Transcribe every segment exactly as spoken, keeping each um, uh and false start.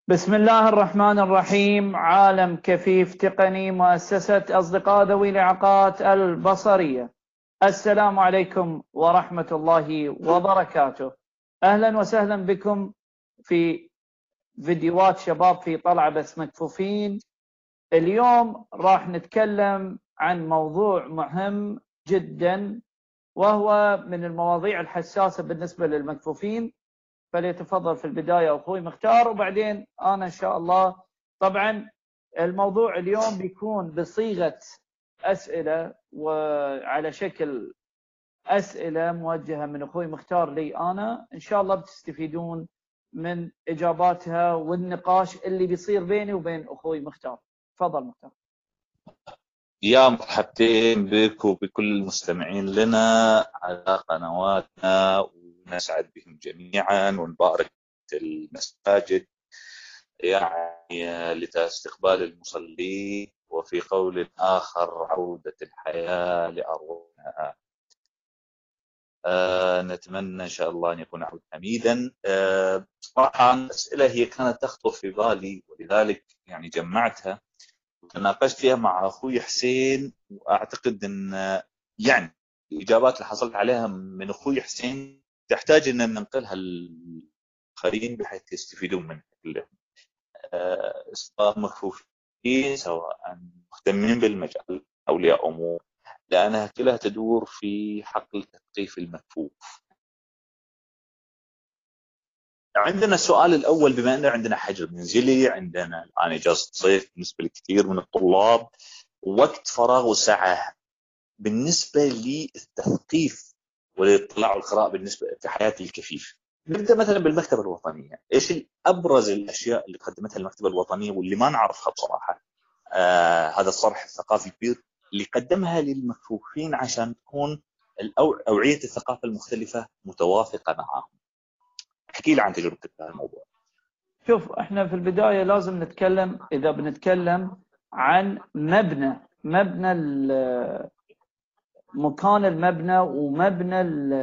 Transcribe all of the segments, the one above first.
بسم الله الرحمن الرحيم. عالم كفيف تقني، مؤسسة أصدقاء ذوي الإعاقات البصرية. السلام عليكم ورحمة الله وبركاته. أهلا وسهلا بكم في فيديوهات شباب في طلعة بس مكفوفين. اليوم راح نتكلم عن موضوع مهم جدا، وهو من المواضيع الحساسة بالنسبة للمكفوفين. فليتفضل في البداية أخوي مختار، وبعدين أنا إن شاء الله. طبعا الموضوع اليوم بيكون بصيغة أسئلة وعلى شكل أسئلة موجهة من أخوي مختار لي أنا. إن شاء الله بتستفيدون من إجاباتها والنقاش اللي بيصير بيني وبين أخوي مختار. تفضل مختار. يا مرحبتين بك وبكل المستمعين لنا على قنواتنا، ونسعد بهم جميعا ونبارك المساجد يعني لاستقبال المصلين، وفي قول آخر عودة الحياة لأرواحها. آه نتمنى إن شاء الله أن يكون عود حميدا. آه صراحة الأسئلة هي كانت تخطر في بالي، ولذلك يعني جمعتها وتناقشت فيها مع أخوي حسين، وأعتقد أن يعني الإجابات اللي حصلت عليها من أخوي حسين تحتاج أن ننقلها للآخرين بحيث يستفيدون منها كلهم، سواء مكفوفين سواء مهتمين بالمجال أولياء أمور، لأنها كلها تدور في حقل تثقيف المكفوف. عندنا السؤال الأول، بما أنه عندنا حجر منزلي، عندنا الآن إجازة صيف بالنسبة لكثير من الطلاب، وقت فراغ وسعة بالنسبة للتثقيف والاطلاع والقراءة بالنسبة في حياة الكفيف. نبدأ مثلا بالمكتبة الوطنية. إيش أبرز الأشياء اللي قدمتها المكتبة الوطنية واللي ما نعرفها بصراحة؟ آه هذا الصرح الثقافي الكبير اللي قدمها للمكفوفين عشان تكون أوعية الثقافة المختلفة متوافقة معهم. احكي لي عن تجربتك في هذا الموضوع. شوف، احنا في البداية لازم نتكلم، إذا بنتكلم عن مبنى مبنى مكان المبنى ومبنى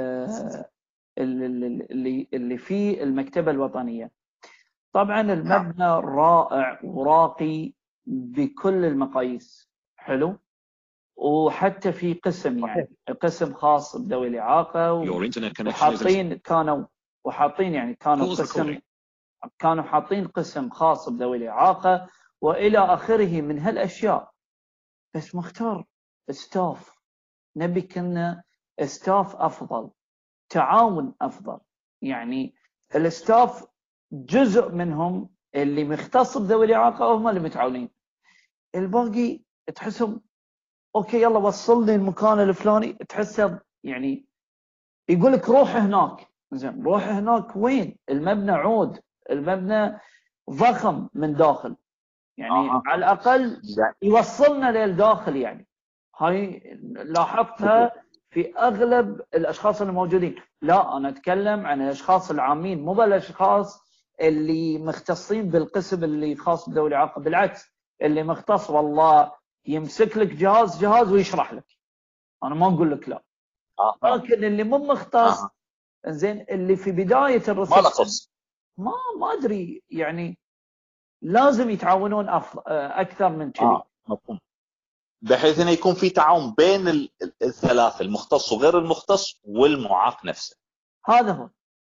اللي اللي فيه المكتبة الوطنية. طبعا المبنى رائع وراقي بكل المقاييس، حلو. وحتى في قسم يعني قسم خاص بذوي الإعاقة، وحاطين كانوا وحاطين يعني كانوا قسم كانوا حاطين قسم خاص بذوي الإعاقة وإلى آخره من هالأشياء. بس مختار ستاف، نبي كنا ستاف أفضل، تعاون أفضل. يعني الستاف جزء منهم اللي مختص بذوي الإعاقة هم اللي متعاونين، الباقي تحسهم أوكي يلا وصلني المكان الفلاني، تحسه يعني يقول لك روح هناك. زين، روح هناك وين؟ المبنى عود، المبنى ضخم من داخل، يعني آه. على الأقل يوصلنا للداخل. يعني هاي لاحظتها في أغلب الأشخاص الموجودين. لا، أنا أتكلم عن الأشخاص العامين، مو بالأشخاص اللي مختصين بالقسم اللي خاص بذوي الإعاقة. بالعكس، اللي مختص والله يمسك لك جهاز جهاز ويشرح لك، أنا ما أقول لك لا. لكن اللي مو مختص، زين، اللي في بداية الرسالة ما ما أدري، يعني لازم يتعاونون أفضل أكثر من كذي. آه. مفهوم. بحيث انه يكون في تعاون بين الثلاثه، المختص وغير المختص والمعاق نفسه. هذا هو.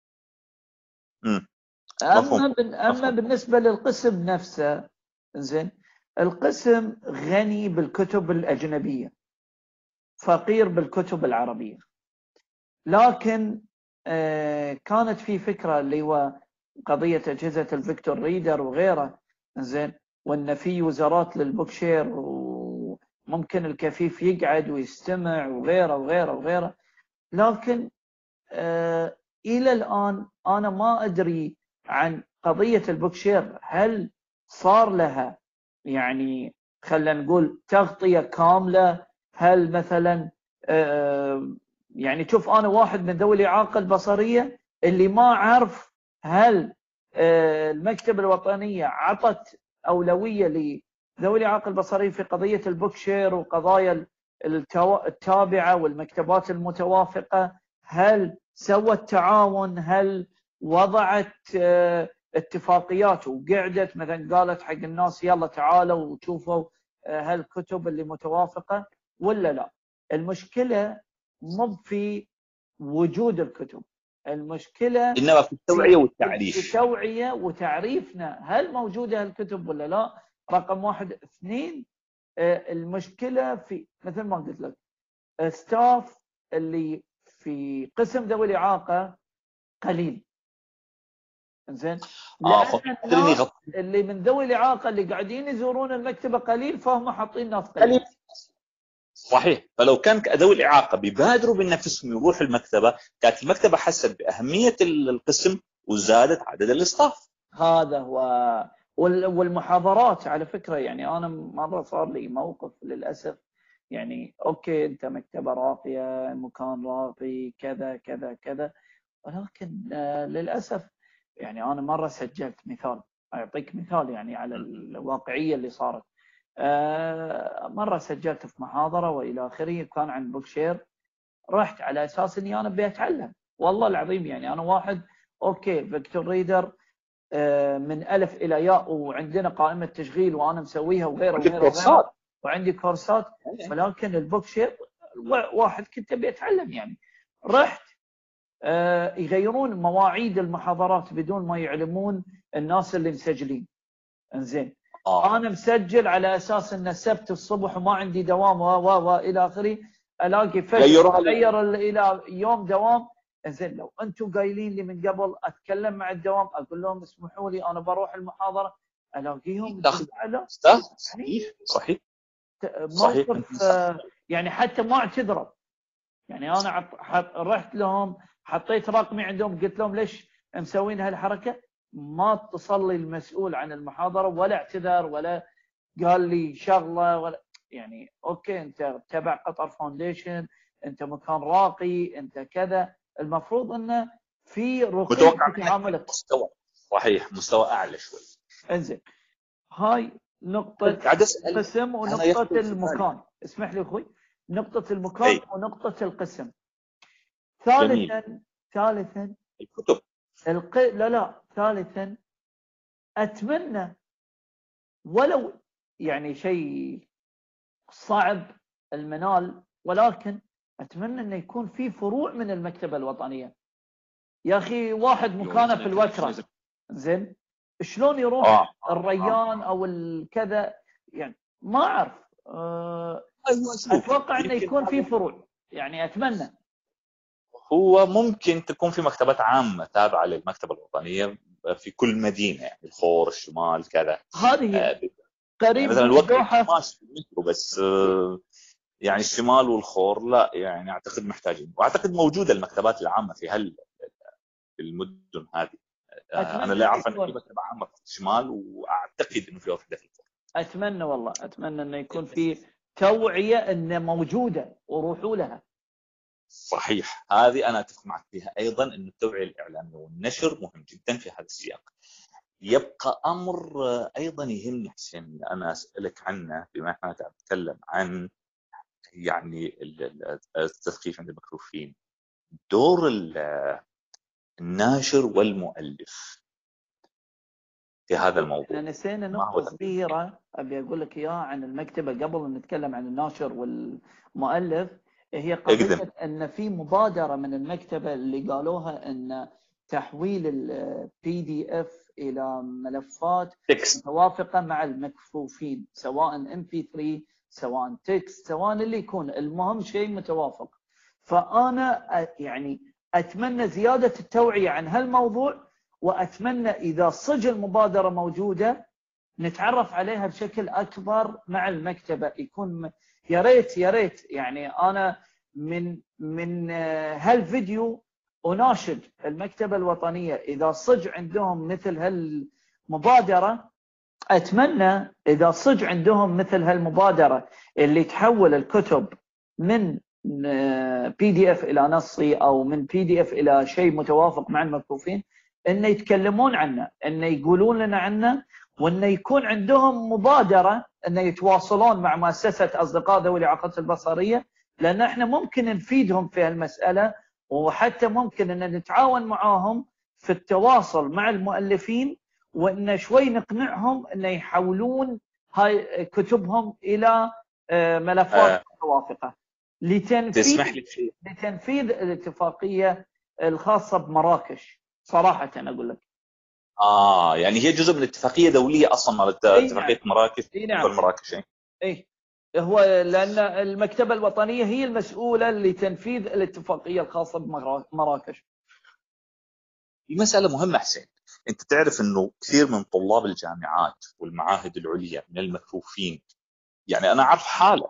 امم اما بن... اما بالنسبه للقسم نفسه، زين، القسم غني بالكتب الاجنبيه، فقير بالكتب العربيه. لكن آه كانت في فكره اللي هو قضيه اجهزه الفيكتور ريدر وغيره، زين، وان في وزارات للبوكشير وممكن الكفيف يقعد ويستمع وغيره وغيره وغيره. لكن آه الى الان انا ما ادري عن قضيه البوكشير، هل صار لها يعني خلينا نقول تغطيه كامله؟ هل مثلا آه يعني شوف، انا واحد من ذوي الاعاقه البصريه اللي ما اعرف هل آه المكتبه الوطنيه عطت اولويه لذوي الاعاقه البصريه في قضيه البوكشير وقضايا التابعه والمكتبات المتوافقه؟ هل سوت تعاون؟ هل وضعت اتفاقيات وقعدت مثلا قالت حق الناس يلا تعالوا وشوفوا هالكتب اللي متوافقة ولا لا. المشكلة مو في وجود الكتب، المشكلة انما في التوعيه والتعريف، في التوعية وتعريفنا هل موجودة هالكتب ولا لا. رقم واحد. اثنين، المشكلة في مثل ما قلت لك ستاف اللي في قسم ذوي الإعاقة قليل. زين. اه لأن الناس اللي من ذوي الإعاقة اللي قاعدين يزورون المكتبة قليل، فهم حاطين ناس قليل. صحيح. فلو كان ذوي الإعاقة بيبادروا بنفسهم يروحوا المكتبة، كانت المكتبة حست بأهمية القسم وزادت عدد الاستاف. هذا هو. والمحاضرات على فكرة، يعني أنا مرة صار لي موقف للأسف، يعني أوكي أنت مكتبة راقية، مكان راقي، كذا كذا كذا، ولكن آه للأسف يعني أنا مرة سجلت مثال، أعطيك مثال يعني على الواقعية اللي صارت. آه مرة سجلت في محاضرة وإلى آخره، كان عن بوكشير، رحت على أساس إني أنا أبي أتعلم. والله العظيم يعني أنا واحد أوكي فيكتور ريدر من ألف إلى ياء، وعندنا قائمة تشغيل وأنا مسويها وغيره وغيره وغيره، وعندي كورسات، ولكن البوكشير واحد كنت أبي أتعلم يعني. رحت يغيرون مواعيد المحاضرات بدون ما يعلمون الناس اللي مسجلين. انزين آه. انا مسجل على اساس ان السبت الصبح وما عندي دوام و و الى اخره، الاقي فجاه غير الى يوم دوام. انزين لو انتم قايلين لي من قبل اتكلم مع الدوام، اقول لهم اسمحوا لي انا بروح المحاضره، الاقيهم صحيح صحيح موقف صحيح. يعني حتى ما اعتذروا، يعني انا رحت لهم حطيت رقمي عندهم، قلت لهم ليش مسوين هالحركه، ما اتصل لي المسؤول عن المحاضره ولا اعتذر ولا قال لي شغله ولا يعني اوكي انت تبع قطر فاونديشن، انت مكان راقي، انت كذا، المفروض انه في رقي في تعاملك. مستوى صحيح، مستوى اعلى شوي. انزين هاي نقطه القسم ونقطه المكان. اسمح لي اخوي، نقطه المكان أي. ونقطه القسم. ثالثا جميل. ثالثا الكتب الق... لا لا ثالثا اتمنى ولو يعني شيء صعب المنال، ولكن اتمنى انه يكون في فروع من المكتبه الوطنيه. يا اخي واحد مكانه في الوتره، زين شلون يروح آه. الريان او الكذا، يعني ما اعرف. أه اتوقع انه يكون في فروع، يعني اتمنى. هو ممكن تكون في مكتبات عامه تابعه للمكتبه الوطنيه في كل مدينه، يعني الخور، الشمال، كذا. هذه آه قريب يعني مثلا الوطن ماشي بس آه يعني الشمال والخور لا، يعني اعتقد محتاجين، واعتقد موجوده المكتبات العامه في هال المدن هذه. آه انا لا اعرف ان في مكتبه عامه في الشمال، واعتقد انه في واحده في الخور. اتمنى والله، اتمنى انه يكون في توعيه انه موجوده وروحوا لها. صحيح، هذه انا اتفق معك فيها ايضا، ان التوعيه الاعلاميه والنشر مهم جدا في هذا السياق. يبقى امر ايضا يهمني حسين انا اسالك عنه، بما احنا نتكلم عن يعني التثقيف عند المكفوفين، دور الناشر والمؤلف في هذا الموضوع. نسينا نقطه صغيره ابي اقول لك اياها عن المكتبه قبل ان نتكلم عن الناشر والمؤلف، هي قضيه ان في مبادره من المكتبه اللي قالوها ان تحويل البي دي اف الى ملفات متوافقه مع المكفوفين، سواء ام بي ثلاثة سواء تكست سواء اللي يكون، المهم شيء متوافق. فانا يعني اتمنى زياده التوعيه عن هالموضوع، واتمنى اذا صج المبادره موجوده نتعرف عليها بشكل اكبر مع المكتبه، يكون يا ريت يا ريت يعني انا من من هالفيديو اناشد المكتبه الوطنيه اذا صج عندهم مثل هالمبادره، اتمنى اذا صج عندهم مثل هالمبادره اللي تحول الكتب من بي دي اف الى نصي او من بي دي اف الى شيء متوافق مع المكفوفين، انه يتكلمون عنه، انه يقولون لنا عنه، وانه يكون عندهم مبادره انه يتواصلون مع مؤسسه اصدقاء ذوي الاعاقات البصريه، لان احنا ممكن نفيدهم في هالمساله، وحتى ممكن ان نتعاون معاهم في التواصل مع المؤلفين وان شوي نقنعهم انه يحولون هاي كتبهم الى ملفات آه. متوافقه لتنفيذ تسمح لي شيء لتنفيذ الاتفاقيه الخاصه بمراكش. صراحه اقول لك اه يعني هي جزء من اتفاقيه دوليه اصلا، مالت اتفاقيه نعم. مراكش. اي نعم. مراكش اي اي هو لان المكتبه الوطنيه هي المسؤوله لتنفيذ الاتفاقيه الخاصه بمراكش. في مساله مهمه حسين، انت تعرف انه كثير من طلاب الجامعات والمعاهد العليا من المكفوفين، يعني انا اعرف حاله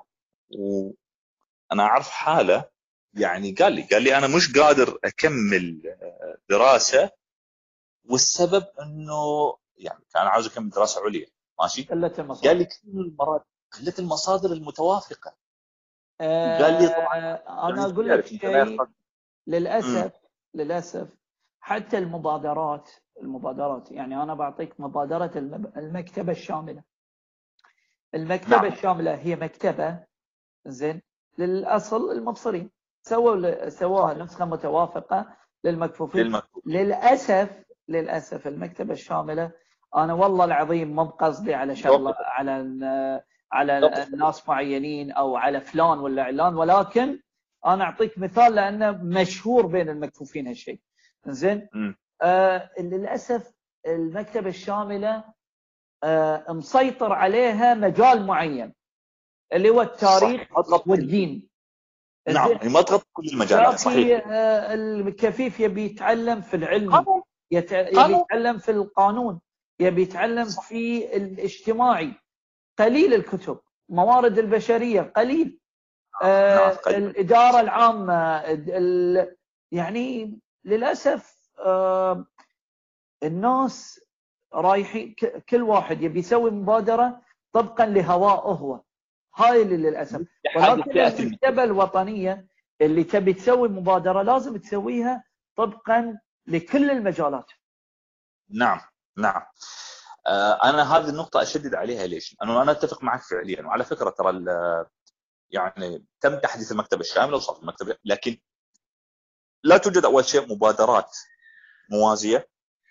وانا اعرف حاله يعني قال لي قال لي انا مش قادر اكمل دراسه، والسبب انه يعني كان عاوز اكمل دراسه عليا ماشي، قله قال المصادر. لي كثير من المرات قله المصادر المتوافقه. وقال لي طبعا آه انا يعني اقول لك تعرف انت لا شيء، يخفى. للاسف للاسف حتى المبادرات المبادرات يعني انا بعطيك مبادره المكتبه الشامله. المكتبه نعم. الشامله هي مكتبه زين للاصل المبصرين، سووا سووها نسخه متوافقه للمكفوفين. للمكفوفين. للاسف للاسف المكتبه الشامله انا والله العظيم مو بقصدي على شغله على على الناس معينين او على فلان ولا علان، ولكن انا اعطيك مثال لانه مشهور بين المكفوفين هالشيء. زين آه للاسف المكتبه الشامله آه مسيطر عليها مجال معين اللي هو التاريخ والدين. نعم هي ما تغطي كل المجالات. صحيح. آه الكفيف يبي يتعلم في العلمي، يت... يبي يتعلم في القانون، يبي يتعلم في الاجتماعي. قليل الكتب. موارد البشريه قليل. آه نعم قليل. الاداره العامه ال... يعني للاسف آه الناس رايحين كل واحد يبي يسوي مبادره طبقا لهوائه هو. هاي اللي للاسف. ولكن المكتبه الوطنيه اللي تبي تسوي مبادره لازم تسويها طبقا لكل المجالات. نعم نعم. آه انا هذه النقطه اشدد عليها. ليش؟ لانه انا اتفق معك فعليا. وعلى فكره ترى يعني تم تحديث المكتبه الشامله وصارت المكتبه، لكن لا توجد اول شيء مبادرات موازيه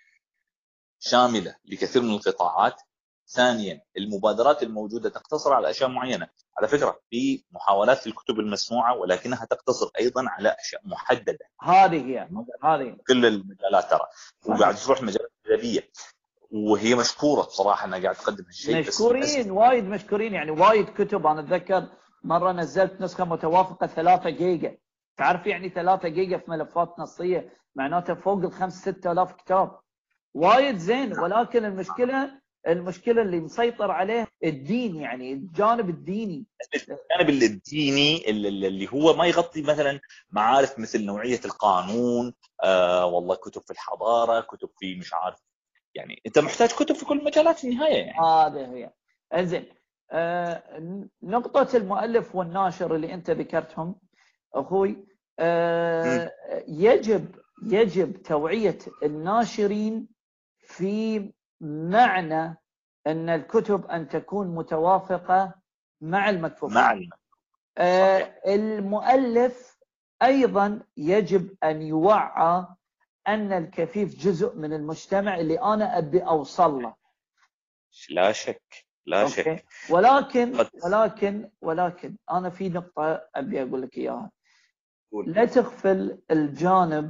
شامله لكثير من القطاعات. ثانيا المبادرات الموجوده تقتصر على اشياء معينه. على فكره في محاولات للكتب المسموعه ولكنها تقتصر ايضا على اشياء محدده. هذه هي هذه كل المجالات ترى، وقاعد تروح مجالات ادبيه وهي مشكوره بصراحه انها قاعد تقدم هالشيء. مشكورين وايد مشكورين يعني وايد كتب. انا اتذكر مره نزلت نسخه متوافقه ثلاثة جيجا. تعرف يعني ثلاثة جيجا في ملفات نصيه معناته فوق الخمس ستة آلاف كتاب. وايد زين. ولكن المشكله المشكله اللي مسيطر عليه الدين، يعني الجانب الديني. الجانب الديني اللي هو ما يغطي مثلا معارف مثل نوعيه القانون. آه والله كتب في الحضاره، كتب في مش عارف. يعني انت محتاج كتب في كل المجالات في النهايه يعني. هذا هي. انزين آه نقطه المؤلف والناشر اللي انت ذكرتهم اخوي. آه يجب يجب توعيه الناشرين في معنى ان الكتب ان تكون متوافقه مع المكفوفين. مع آه المؤلف ايضا يجب ان يوعى ان الكفيف جزء من المجتمع اللي انا ابي اوصل له. لا شك لا أوكي. شك. ولكن ولكن ولكن انا في نقطه ابي اقول لك اياها. لا تغفل الجانب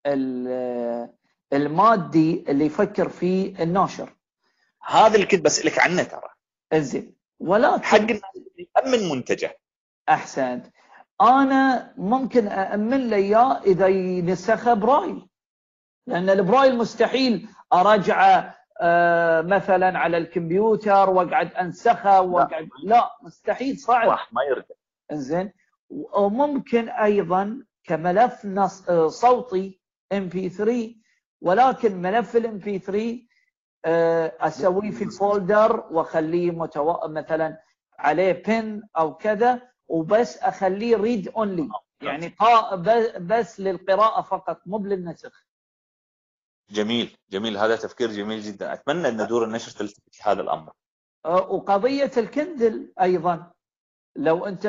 المادي اللي يفكر فيه الناشر. هذا اللي كنت بسألك عنه ترى. انزين ولكن حق الناس اللي يأمن منتجه. احسنت. انا ممكن أأمن له اياه اذا ينسخه برايل، لان البرايل مستحيل ارجعه آه مثلا على الكمبيوتر واقعد انسخه واقعد لا, لا مستحيل صعب. صح ما يرجع. انزين وممكن ايضا كملف نص صوتي إم بي ثري، ولكن ملف الإم بي ثري اسويه في فولدر واخليه متو... مثلا عليه بن او كذا وبس اخليه ريد اونلي، يعني قا... بس للقراءه فقط مو للنسخ. جميل جميل. هذا تفكير جميل جدا. اتمنى ان دور النشر تلتفت هذا الامر. وقضيه الكندل ايضا لو انت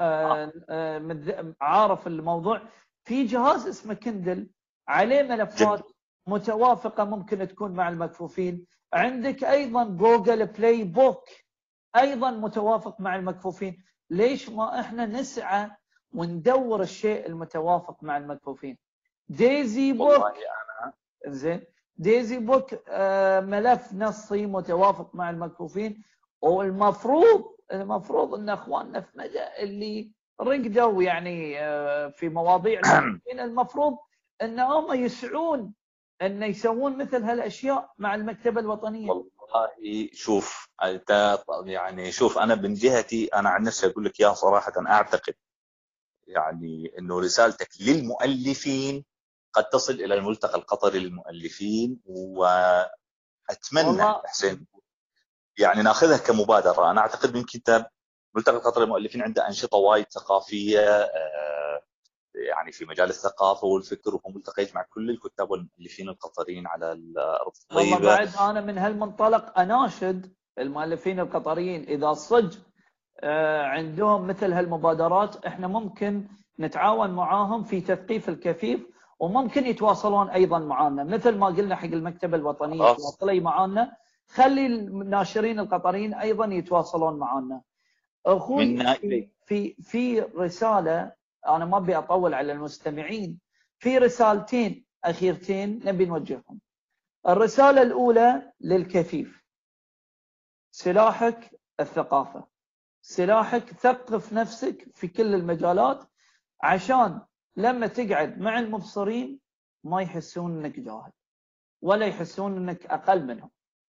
عارف الموضوع، في جهاز اسمه كندل عليه ملفات متوافقه ممكن تكون مع المكفوفين، عندك ايضا جوجل بلاي بوك ايضا متوافق مع المكفوفين. ليش ما احنا نسعى وندور الشيء المتوافق مع المكفوفين؟ ديزي بوك أنا زين، ديزي بوك آه ملف نصي متوافق مع المكفوفين. والمفروض المفروض ان اخواننا في مجال اللي رقدوا يعني آه في مواضيع المكفوفين المفروض ان هم يسعون ان يسوون مثل هالاشياء مع المكتبه الوطنيه. والله شوف يعني شوف انا من جهتي انا عن نفسي اقول لك يا صراحه اعتقد يعني انه رسالتك للمؤلفين قد تصل الى الملتقى القطري للمؤلفين، واتمنى حسين يعني ناخذها كمبادره. انا اعتقد من كتاب ملتقى القطري للمؤلفين عنده انشطه وايد ثقافيه يعني في مجال الثقافه والفكر، وهو ملتقى يجمع كل الكتاب والمؤلفين القطريين على الارض الطيبه. والله بعد انا من هالمنطلق اناشد المؤلفين القطريين اذا صدق عندهم مثل هالمبادرات احنا ممكن نتعاون معاهم في تثقيف الكفيف، وممكن يتواصلون ايضا معنا مثل ما قلنا حق المكتبه الوطنيه تواصلي معنا، خلي الناشرين القطريين ايضا يتواصلون معنا. اخوي في في في رساله، انا ما ابي اطول على المستمعين، في رسالتين اخيرتين نبي نوجههم. الرساله الاولى للكفيف: سلاحك الثقافه، سلاحك ثقف نفسك في كل المجالات عشان لما تقعد مع المبصرين ما يحسون انك جاهل ولا يحسون انك اقل منهم.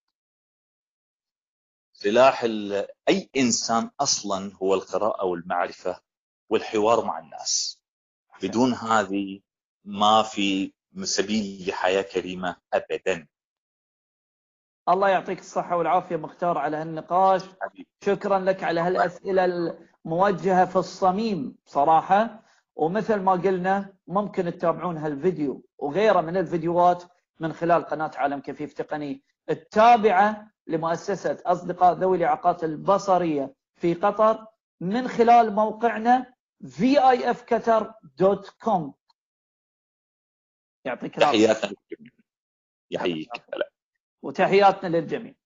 سلاح اي انسان اصلا هو القراءه والمعرفه والحوار مع الناس. بدون هذه ما في سبيل لحياه كريمه ابدا. الله يعطيك الصحه والعافيه مختار على هالنقاش. شكرا لك على هالاسئله الموجهه في الصميم صراحه. ومثل ما قلنا ممكن تتابعون هالفيديو وغيره من الفيديوهات من خلال قناه عالم كفيف تقني التابعه لمؤسسه اصدقاء ذوي الاعاقات البصريه في قطر من خلال موقعنا في آي إف قطر دوت كوم. يعطيك العافيه. تحياتنا للجميع. يحييك. وتحياتنا للجميع.